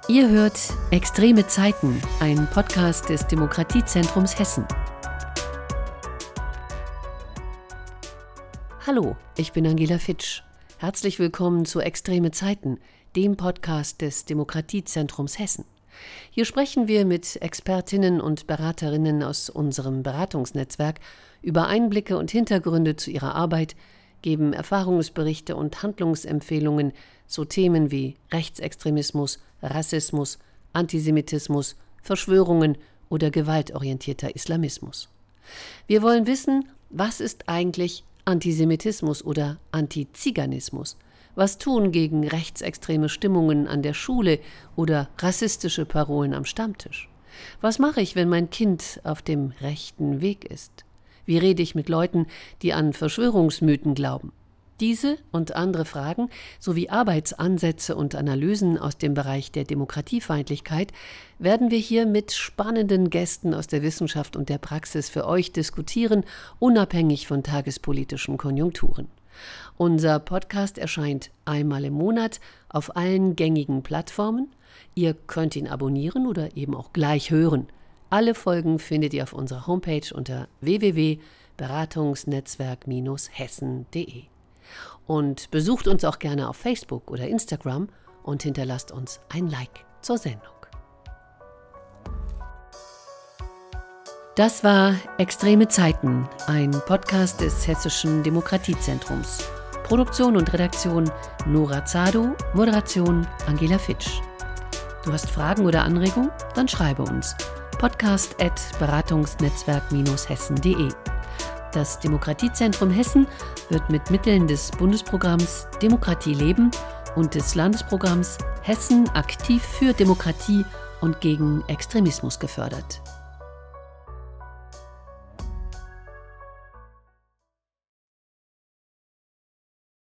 Ihr hört Extreme Zeiten, ein Podcast des Demokratiezentrums Hessen. Hallo, ich bin Angela Fitsch. Herzlich willkommen zu Extreme Zeiten, dem Podcast des Demokratiezentrums Hessen. Hier sprechen wir mit Expertinnen und Beraterinnen aus unserem Beratungsnetzwerk über Einblicke und Hintergründe zu ihrer Arbeit, geben Erfahrungsberichte und Handlungsempfehlungen zu Themen wie Rechtsextremismus, Rassismus, Antisemitismus, Verschwörungen oder gewaltorientierter Islamismus. Wir wollen wissen, was ist eigentlich Antisemitismus oder Antiziganismus? Was tun gegen rechtsextreme Stimmungen an der Schule oder rassistische Parolen am Stammtisch? Was mache ich, wenn mein Kind auf dem rechten Weg ist? Wie rede ich mit Leuten, die an Verschwörungsmythen glauben? Diese und andere Fragen sowie Arbeitsansätze und Analysen aus dem Bereich der Demokratiefeindlichkeit werden wir hier mit spannenden Gästen aus der Wissenschaft und der Praxis für euch diskutieren, unabhängig von tagespolitischen Konjunkturen. Unser Podcast erscheint einmal im Monat auf allen gängigen Plattformen. Ihr könnt ihn abonnieren oder eben auch gleich hören. Alle Folgen findet ihr auf unserer Homepage unter www.beratungsnetzwerk-hessen.de. Und besucht uns auch gerne auf Facebook oder Instagram und hinterlasst uns ein Like zur Sendung. Das war Extreme Zeiten, ein Podcast des Hessischen Demokratiezentrums. Produktion und Redaktion Nora Zado, Moderation Angela Fitsch. Du hast Fragen oder Anregungen? Dann schreibe uns. podcast@beratungsnetzwerk-hessen.de. Das Demokratiezentrum Hessen wird mit Mitteln des Bundesprogramms Demokratie leben und des Landesprogramms Hessen aktiv für Demokratie und gegen Extremismus gefördert.